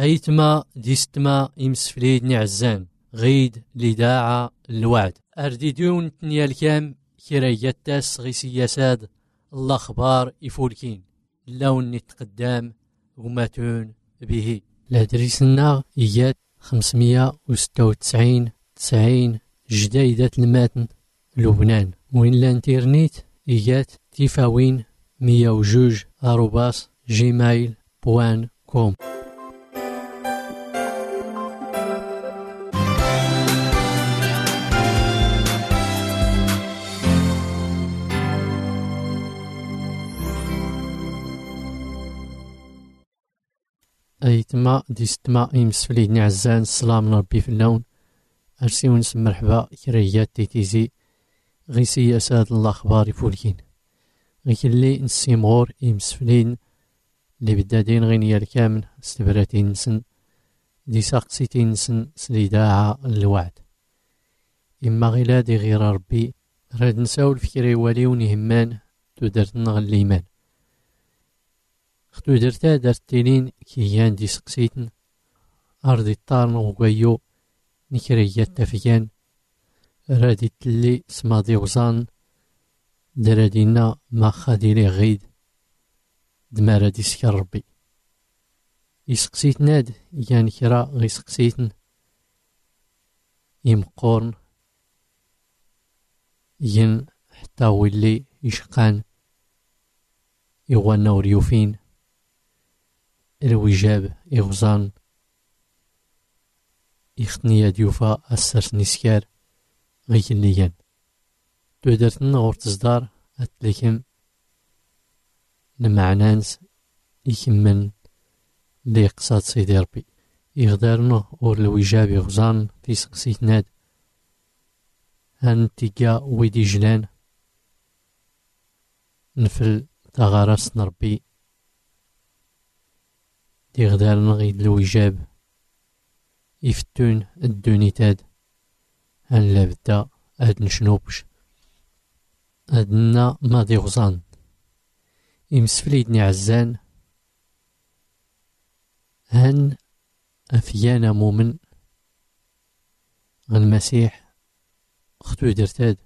غيتما ديستما يمسفليد نعزان غيد لداعة الوعد أرديدون تنيا الكام كرايتاس غي سياساد الأخبار يفولكين اللون نتقدام وماتون به لادريسنا إيات 596 90 جديدة الماتن لبنان وين الانترنت إيات تيفاوين 102@gmail.com. أيتما ديستما يمسفليد نعزان السلام ربي في اللون أرسي ونسم مرحبا كريات تيتيزي غي سياسات الأخبار يفولكين غي كلي نسيمغور يمسفلين اللي بدادين غينيا الكامن استبراتين نسن دي ساقسيتين نسن سليداعة الوعد إما غيلادي غير ربي راد نساو الفكري واليوني همان تودرتنا غاليمان ختو درتا درتيلين كيان دي سقسيتن أرضي الطارن وقويو نكريات تفيان رادي تلي سماضي وزان درادينا ما خاديلي غيد دمارا دي سكر ربي يسقسيت ناد يعني كرا غي سقسيتن يمقورن ين حتى ولي يشقان يغوانا وريوفين الوجاب يغزان يختني ديوفا أسرس نسكار غي كليان تودرتنا غور تصدار أتلكم المعنانس يكمن لي قصاد سيدي ربي يغدارنا اور الوجاب يغزان في سقسيت ناد هانتيقا ويدي جلان نفل تغارس نربي دي غدارنا غيد الوجاب يفتون الدونيتاد هان لابدا هاد نشنوبش هادنا ما دي غزان يمسفليدني عزان هان أفيانا مؤمن المسيح اختو درتاد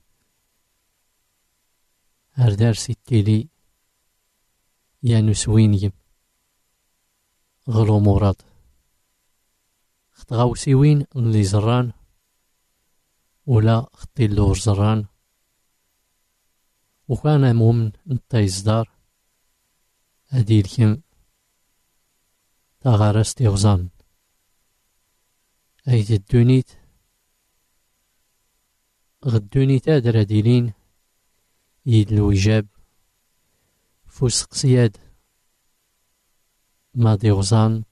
هردار سيتيلي يانو سوينيم غلو مراد خطغاوسيوين اللي زران ولا خطي اللور زران وكان مؤمن انتا يزدار هادي الكم تغارست يغزان ايد الدونيت غدونيت ادرا ديلين يد الوجاب فوسق سياد ما ديغزان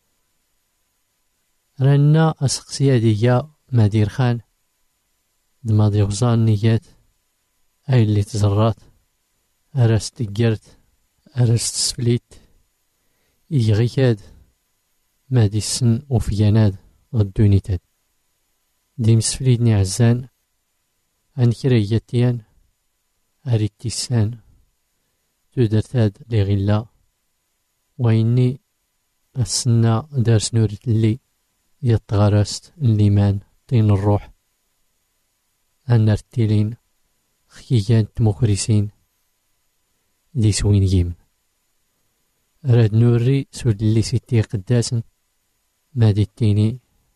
رانا اسق سيادية ما دير خان دما ديغزان نيات اي اللي تزرات ارست تقرت ارست سفليت يغيكاد ما دي السن وفياناد غدونيتاد دي مسفليدني عزان عن كرياتيان اريد تيسان تودرتاد لي غلا وإني السنة دارس نور اللي يتغرست الليمان طين الروح أنا رتيلين خيجان تموكريسين دي سوين جيم راد نوري سود اللي سيتي قداسن ما دي التيني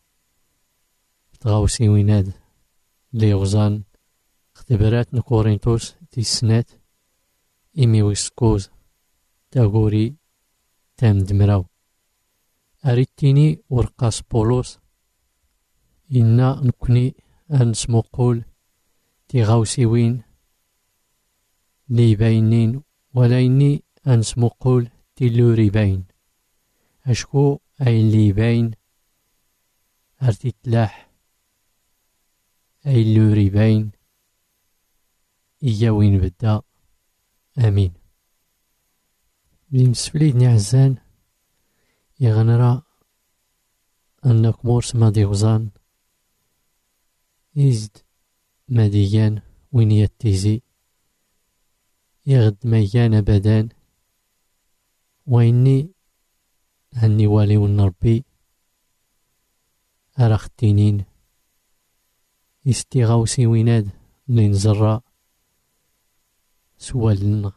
تغاوسي ويناد لي غزان اختبارات نكورينتوس دي السنات إمي ويسكوز تاغوري تام دمراو أريتيني ورقاس بولوس إنا نكوني أنسموقول تيغاوسيوين لي باينين ولا إني أنسموقول تيلوري باين أشكو أي اللي باين أرتي تلاح أي اللوري باين إيا وين بدا آمين بمسفليدني عزان يغنرا أنك مورس ما ديغزان إزد ماديان وين يتيزي يغد ميان أبدان وإني هني والي ونربي أرختينين استيغاوسي ويناد لنزرع سوالن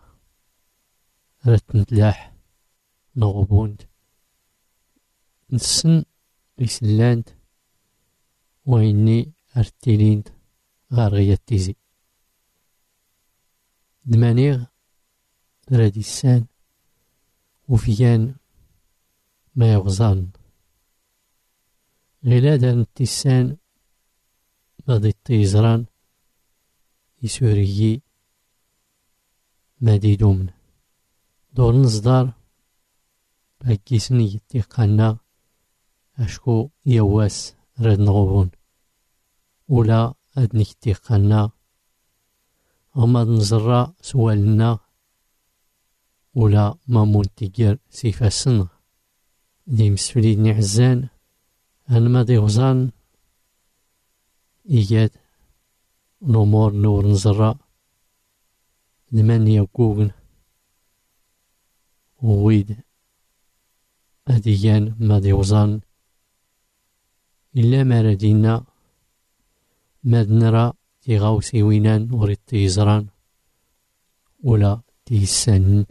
رتنتلاح نغبوند نسن إسلاند وإني أرتيليند غارغية تيزي دمانيغ راديسان وفيان ما يغزان غلادا نتيسان غادي التيزران يسوريي مادي دومن دور نصدار باكيسن يتيقانا أشكو يواس راد نغوبون ولا أدنك تيقانا غماد نزرع سوالنا ولا مامون تيجر سيفاسن دي مسفليدني عزان أنا ما دي غزان إيجاد نمور نور نزرع دمانيا كوغن وويد أديان ما دي غزان إلا ما ردينا ماد نرى تيغاوسي وينان وريد تيزران ولا تيساند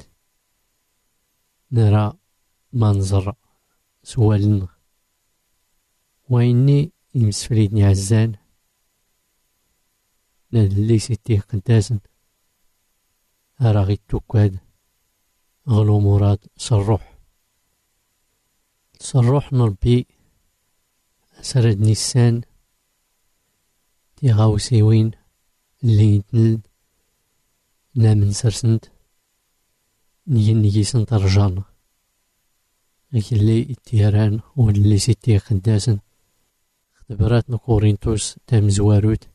نرى منظر سوالن وإني يمسفليدني عزان نادلي سيتيه قداسن أراغي التوكاد غلو مراد صروح نربي أسرد نيسان تيغاوسي وين اللي يتنل نامن سرسنت نيجيسن ترجان غيك اللي اتيران واللي سيتيه قداسن اختبرات نقورينتوس تامزواروت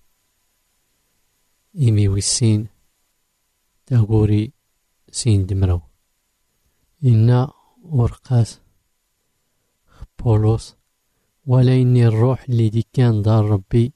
إيمي ويسين تاغوري سين دمرو إنا ورقاس بولوس ولا إني الروح اللي دي كان دار ربي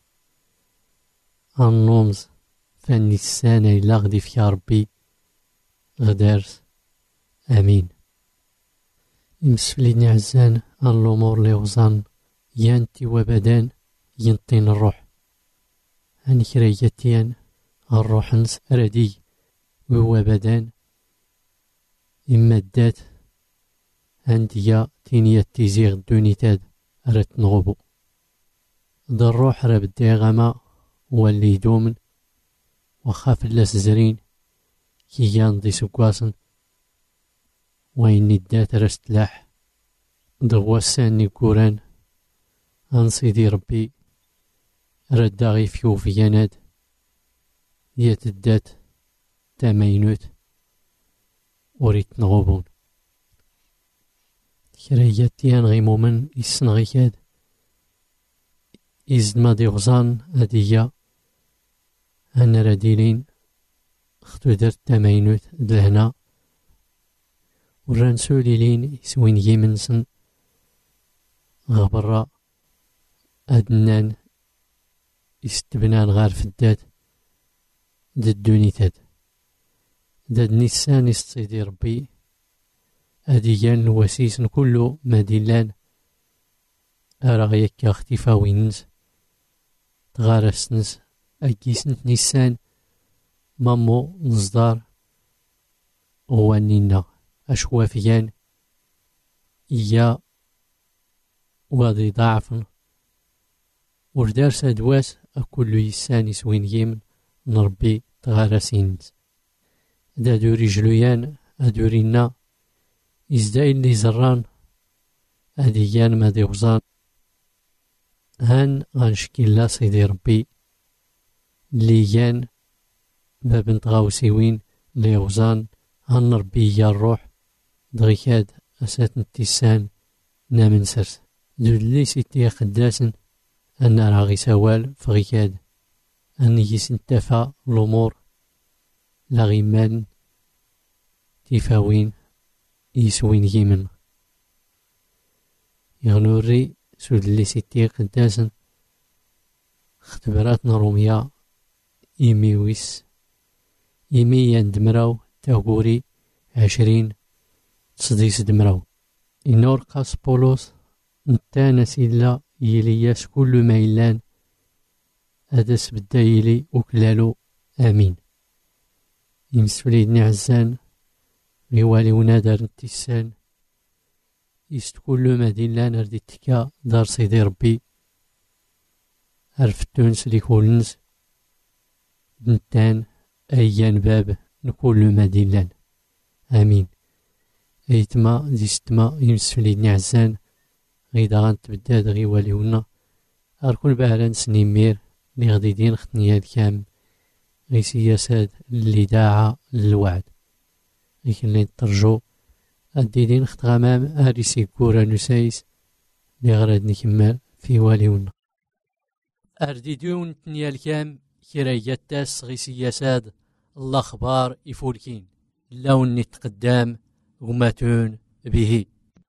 النومز فاني السنة إلا غدي في ربي غدارس آمين يمسفليني عزان الأمور لي وزان يانتي وبدان ينطين الروح هاني كرياتيان الروح نس ردي وهو بدان إما الدات عندي تينيا تيزيغ دونيتاد رات نغبو دا الروح راه بدي غاما هو اللي يدومن وخاف اللاس زرين كي يانضي سكواسن وين الدات رستلاح دغواساني كوران أنصيدي ربي رداغي فيو فياناد يات الدات تامينوت وريت نغوبون كرياتيان غيمومن يسنغيكاد إزد ما دي غزان هدية أنا رديلين خطو درت تامينوت دلهنا ورانسولي لين يسوين يمنسن غبرا أدنان يستبنان غار في الداد ددوني تاد داد نيسان يستصيدي ربي أديان الوسيس كله مدينلان أراغيك اختفاوينز تغارسنس أكيسنت نيسان مامو نصدار غوانينا أشوافيان إيا وادي ضعفن وردار سادواس أكل يسان يسوين يمن نربي تغارسينز دادو رجليان أدورينا إزداي اللي زران أديان ما ديوزان هان غنشكيلا سيدي ربي ليان بابن تغاوسيوين ليوزان هان ربي يا الروح دغيكاد أسات نتيسان نامن سرس دولي سيتي قداسن أنا راغي سوال فغيكاد أني يسنتفا الأمور لاغيمان تيفاوين يسوين يمن يغنوري سود اللي سيتي قداسن اختبارات نروميا إيميويس إيميا دمراو تاغوري 20 تصديس دمراو إنور قاس بولوس نتانا سيلا يلياس كل ما يلان أدس بدايلي وكلالو آمين. يمسفليدني عزان غيوالي ونادر نتيسان يست كل ما ديلان ردي تكا دار سيدي ربي عرفتونس ليكولنس بنتان أيان باب نكل ما ديلان آمين. أيتما ديستما يمسفليدني عزان غيدا غنتبداد غيوالي ونا أركون بهلان سنيمير لي غدي دين ختنياد كام غي سياسات اللي داعا للوعد لكن اللي نترجو أدي دين خت غمام أريسي كورا نسايس لي غراد نكمل في والي ونا أردي دون تنيال كام كرايات تاس غي سياسات الأخبار يفولكين لون نتقدام غماتون به.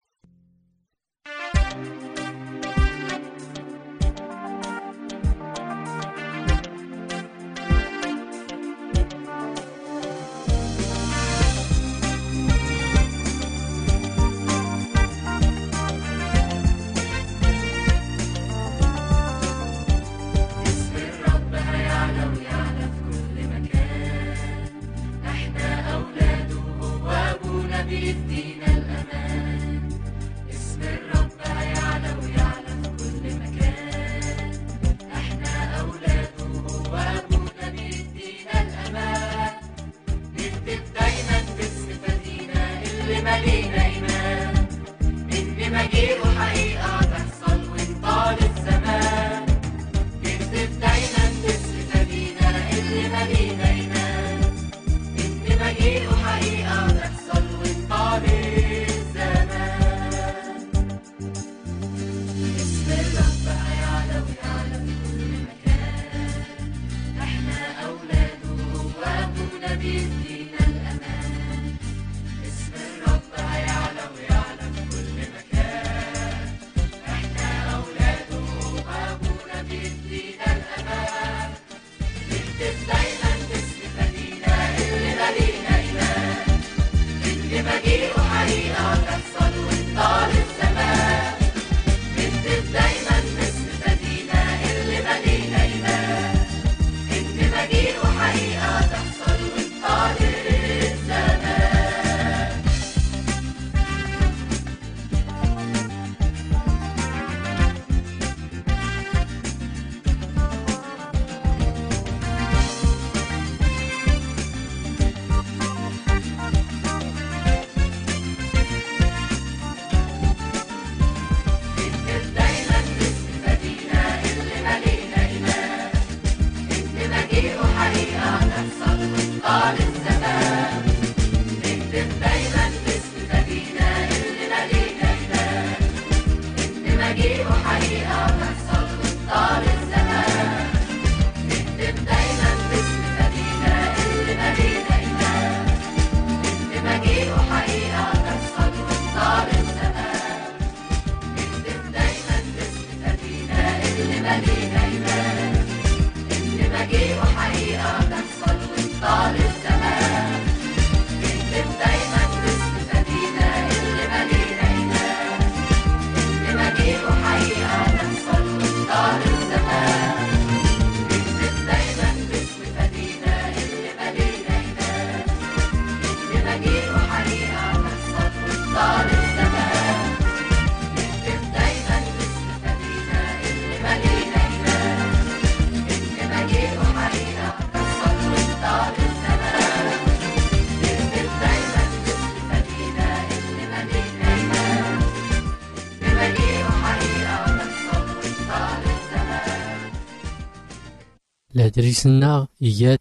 الأدريسنا إيات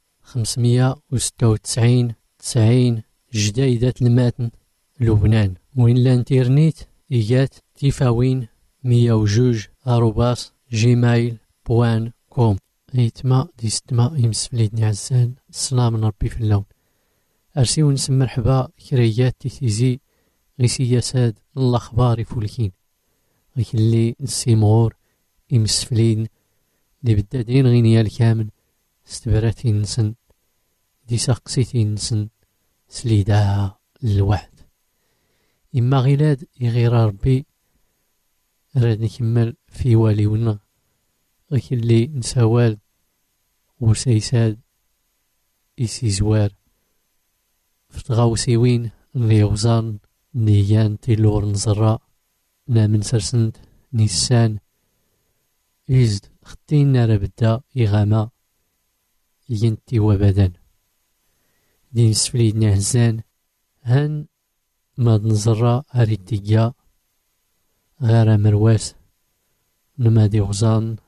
596 90 جديدة الماتن لبنان. وين الانترنت إيات تيفاوين 102@gmail.com. ايتما ديستما يمسفليدني عزان السلام من ربي في اللون أرسي ونسم مرحبا كريات تيزي غي سياسات الأخبار يفولكين غي اللي نسيمغور يمسفلين اللي بدادين غينيا الكامل استبراتي نسن دي ساقسيتي نسن سليداها للوحد إما غيلاد يغير ربي راد نكمل في واليونا غيك اللي نسوال وسيساد إسي زوار فتغاوسيوين اللي غزان نيان تيلور نزراء نا من سرسند نيسان إزد ختين نار بدا إغاما ينتي وبدن دين سفليد نهزان هن ما نزراء أريتيجا غير مرواس نمادي غزان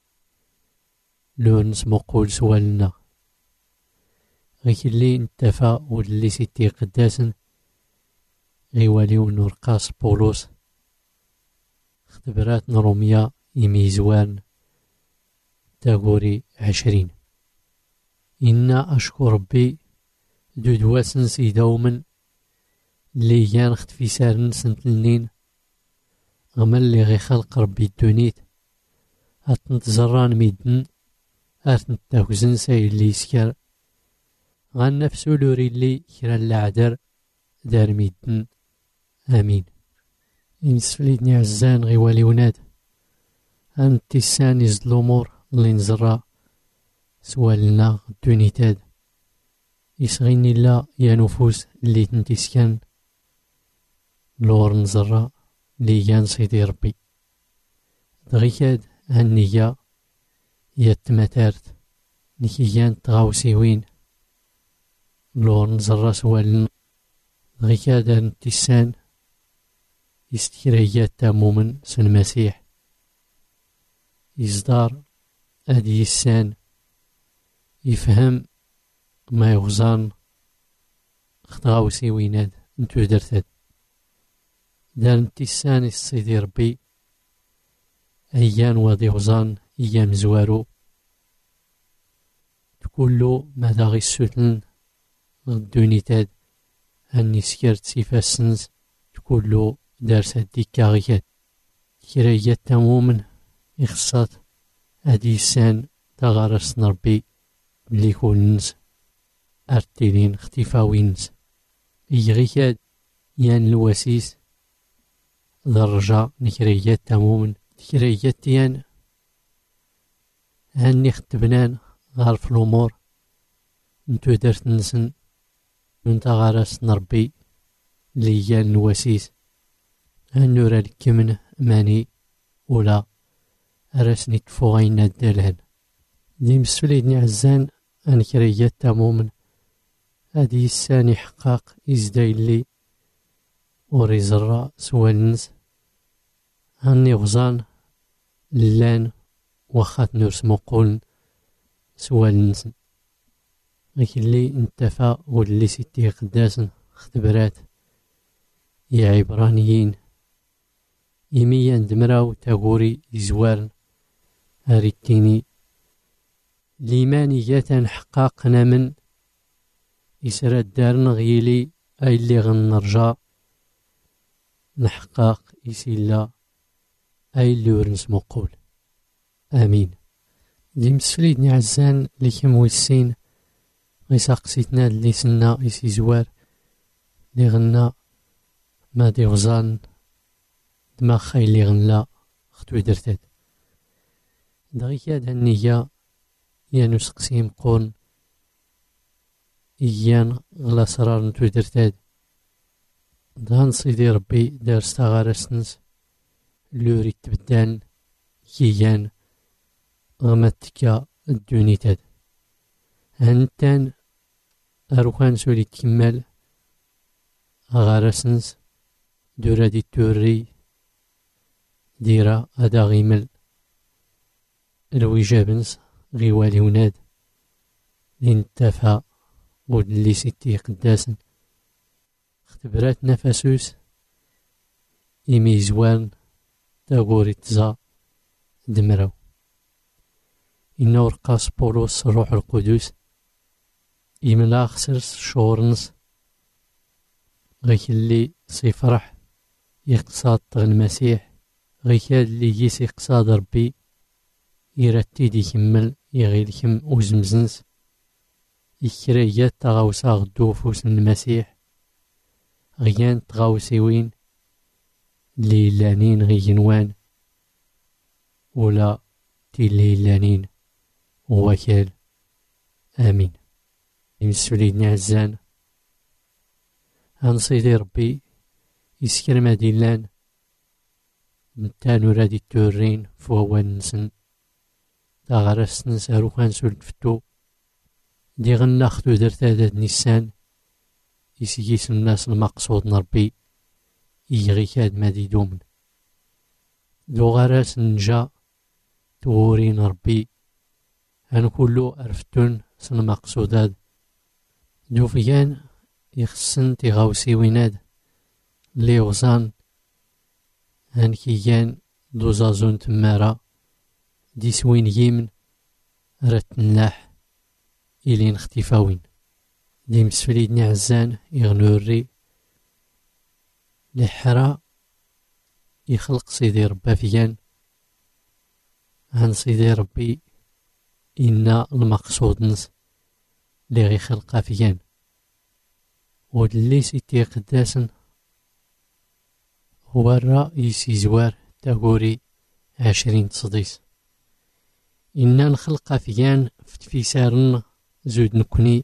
لونس مقول سوالنا غيك اللي انتفا واللي سيتي قداسن غيواليو نورقاس بولوس اختبرات نروميا يميزوان تاغوري 20 إنا أشكر ربي دودواسن سيداومن اللي يان اختفي سارن سنتلنين غمال اللي غي خلق ربي الدونيت هتنتزران ميدن هتنتاوزن ساي اللي يسكر غان نفسو لوري اللي كرا العدر دار ميدن آمين ينسفليدني عزان غيوالي وناد أنتي الساني زد الأمور اللي نزرا سوالنا الدونيتاد يسغيني لا يا نفوس اللي تنتسكن لور نزرا اللي يان سيدي ربي دغيكاد هالنية يتمتارت نكيان تغاوسيوين لور نزرا سوالنا دغيكاد هالنتسان يستكريات تامومن سن مسيح يصدار أدي السان يفهم ما يغزان خطاوسي ويناد نتو درتاد دار نتسان السيدي ربي أيان وادي غزان أيام زوارو تقولو ماذا غي السوتن غدونيتاد هاني سكرت سيفاسنز تقولو دارس هديكا غيات كرايات تامومن إخصات أديسان تغارس نربي اللي كوننز أرتيلين اختفاوينز إيغيكاد يان الواسيس درجة نكريات تامومن تكريات يان هاني ختبنان غارف الأمور نتو درت نسن من تغارس نربي اللي يان الواسيس هنورا الكمن ماني ولا أرسني تفوغين الدلهن دي مسفليدني عزان أن كريات تامومن هادي الساني حقاق إزداي اللي وريزرا سوالنس هاني غزان اللان وخات نورس مقولن سوالنس غيك اللي انتفا واللي سيتي قداسن اختبرات يا عبرانيين يميان دمراو تاغوري يزوارن هاريتيني ليمانية حقاقنا من يسرى الدارن غيلي أي اللي غنرجع نحقاق يسيلا أي اللي ورنس مقول آمين دي مسفليدني عزان اللي كمويسين غيساقسيتنا اللي سنا يسي زوار اللي غنا ما دي غزان دماغ خايلي غنلا ختو درتاد دغيكاد هالنية يانو سقسيم قون إيان غلا سرار نتو درتاد دهان سيدي ربي دار ستغارسنس لوري تبدان كيان غمتكا الدونيتاد هانتان أروخان سولي تكمل غارسنس دورا دي توري ديرا أدا غيمل الويجابنس غيوالي وناد لنتفا ودلي سيتي قداسن اختبرات نفسوس إميزوان تاغوري تزا دمراو إنو رقاس بولوس روح القدس إملا خسرس شورنس غيك اللي سيفرح يقصاد المسيح غيكاد اللي يسي يقصاد ربي يرتي دي كمل يغيل كم وزمزنس يكريات تغاوسا غدو فوس المسيح غيان تغاوسيوين اللي لانين غيجنوان ولا تيليلانين ووكال آمين. يمسفليدني عزان هنصيدي ربي يسكر مدينلان نتانو رادي تورين فووان نسن تاغرس نسارو خانسو الفتو دي غناختو درت هذا نيسان يسيس الناس المقصود نربي يغي كاد ما دي دومن دو غراس نجا تورين ربي هن كلو أرفتون سن مقصودات دو فيان يخصن تيغاوسي ويناد لي وزان هن كيان دو زازون تمارا دي سوين يمن رات نلاح إلين اختفاوين دي مسفليدني عزان يغنوري لحرا يخلق سيدي ربا فيان هن سيدي ربي إنا المقصود نس لي غي خلقا فيان ودلي سيتي قداسن هو الرأي سيزوار تاغوري 20 تصديس إنا نخلقا فيان فتفيسارن زود نكوني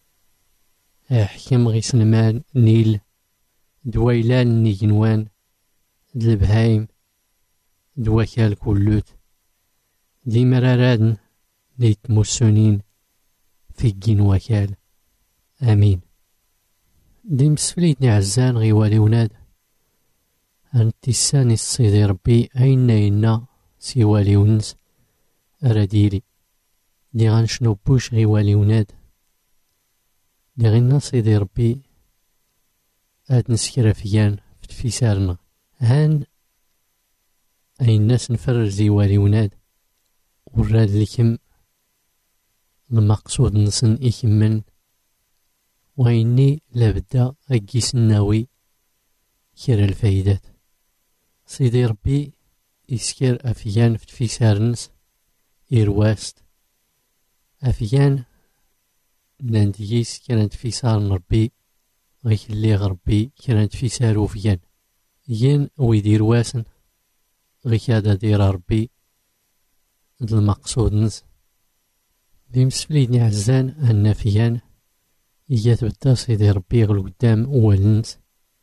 حكم غي سلمان نيل دويلان نيجنوان دلبهايم دواكال كلوت دي مرارادن دي تموسونين في الجين وكال آمين. دي مسفليتني عزان غيوالي وناد أنتساني الصيدي ربي أين إنا سيوالي ونس أرديري دي غنشنو بوش غيوالي وناد دي غينا صيدي ربي آد نسكرا فيان في سارنا هان أي الناس نفرز يوالي وناد وراد لكم المقصود نسن إكمن وإني لابد أجيس الناوي كرا الفايدات سيدي ربي يسكر أفيان في سارنس إرواست أفيان نانديس كانت في سار ربي غيك اللي غربي كانت في سارو فيان ين ويدير واسن غيك هذا دير ربي المقصود نس دي مسفليدني عزان أن فيان إيات بدا سيدي ربي غل قدام أولنس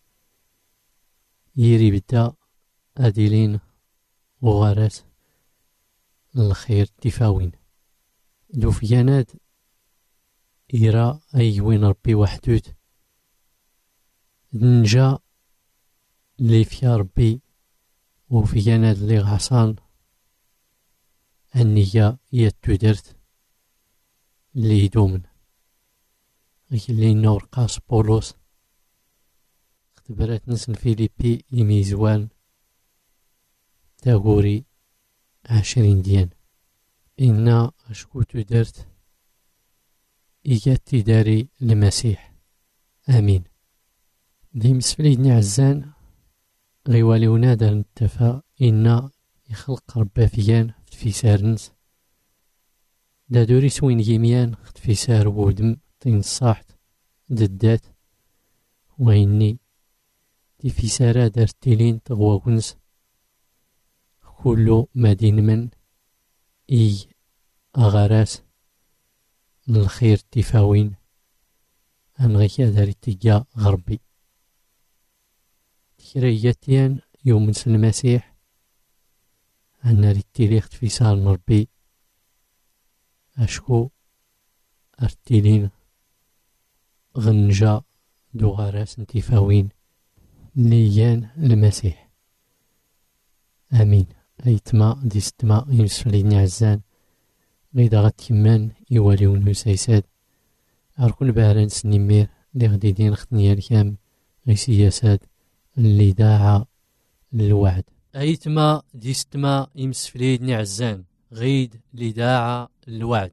يري بدا أديلين وغارات الخير تفاوين دو فيانات إيرا أيوين ربي وحدوت نجا لي فيا ربي وفيانات لي غحصان النية يتو درت اللي يدومن غيك اللي نور قاس بولوس اختبرات نسن فيليبي يميزوان تاغوري 20 ديان إنا أشكوتو درت إيجات داري المسيح آمين. دي مسفليدني عزان غيوالي ونادا نتفا إنا يخلق ربا فيان في سارنس دا دوري سوين جيميان خد في سار بودم طين الصاحت ددات وإني دي في سارة دارتيلين تغوى كنس كلو مدين من إي أغاراس للخير تفاوين أنغيكا داري تيجا غربي تكرياتيان يوم نسل المسيح أنا ريتيليخت في سار نربي أشكو أرتيلين غنجا دو غراس انتفاوين ليان المسيح آمين. أيتما دي ستما يمسفليني عزان غيدا غد كمان يواليون سيساد أركون باران سنمير لي غدي دين ختنيا الكام غي سياسات اللي داعا للوعد. أيتما دي ستما يمسفليني عزان غيد اللي داعا للوعد.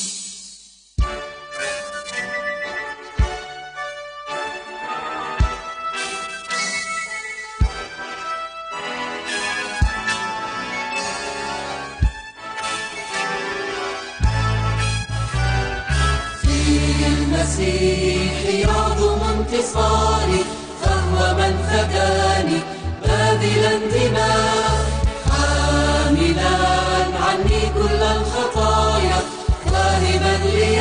المسيح يعظم انتصاري فهو من فداني باذلا دماء حاملا عني كل الخطايا واهبا لي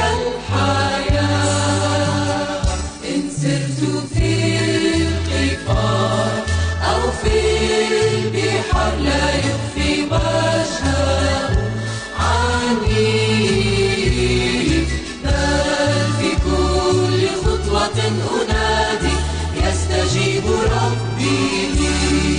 الحياة. إن سرت في القفار أو في البحر لا يخفي وجهه عني، بل في كل خطوة أنادي يستجيب ربي لي.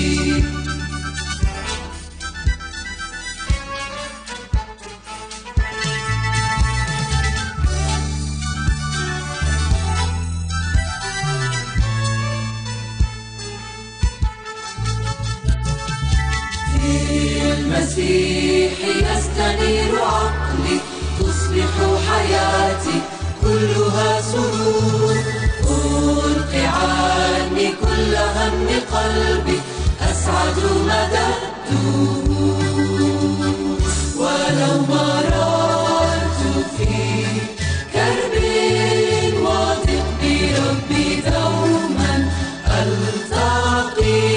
المسيح يستنير عقلي، تصبح حياتي كلها سرور. ألقي عني كل هم قلبي، أسعد مدى الدهور. ولو مررت في كرب واثق بربي دوما ألتقي،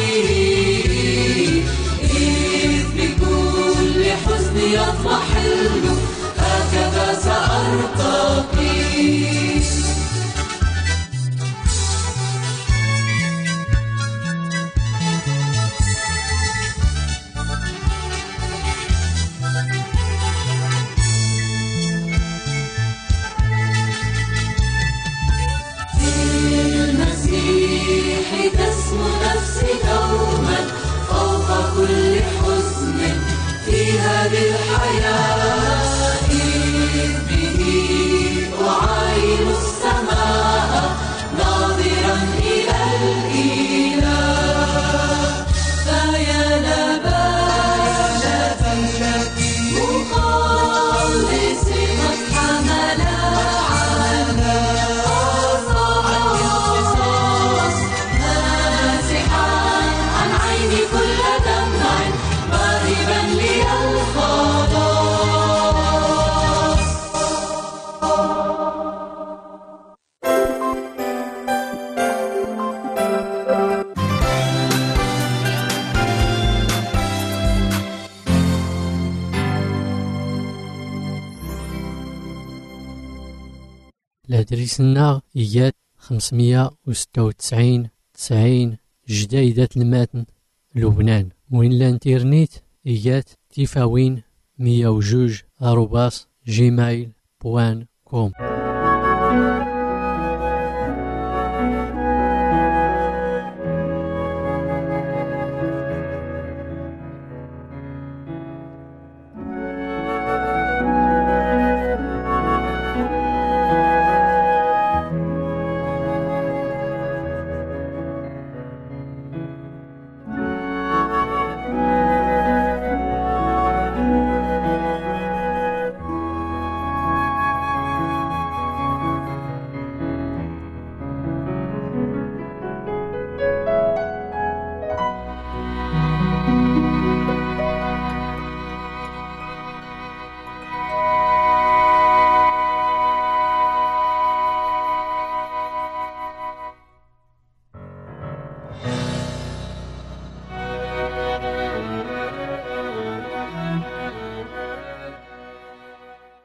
يضمحل هكذا سأرتقي. في المسيح تسمو نفسي دوما فوق كل حزن في هذه الحياة، إذ به أعاين السماء ناظرا إلى الإله. فيا لباشة مخلص قد حمل على القصاص، ماسحا عن عيني كل دمع واهبا لي الخلاص. الأدريسنا إيات 596 90 جديدة الماتن لبنان. وين لانترنت إيات تيفاوين 102 @gmail.com.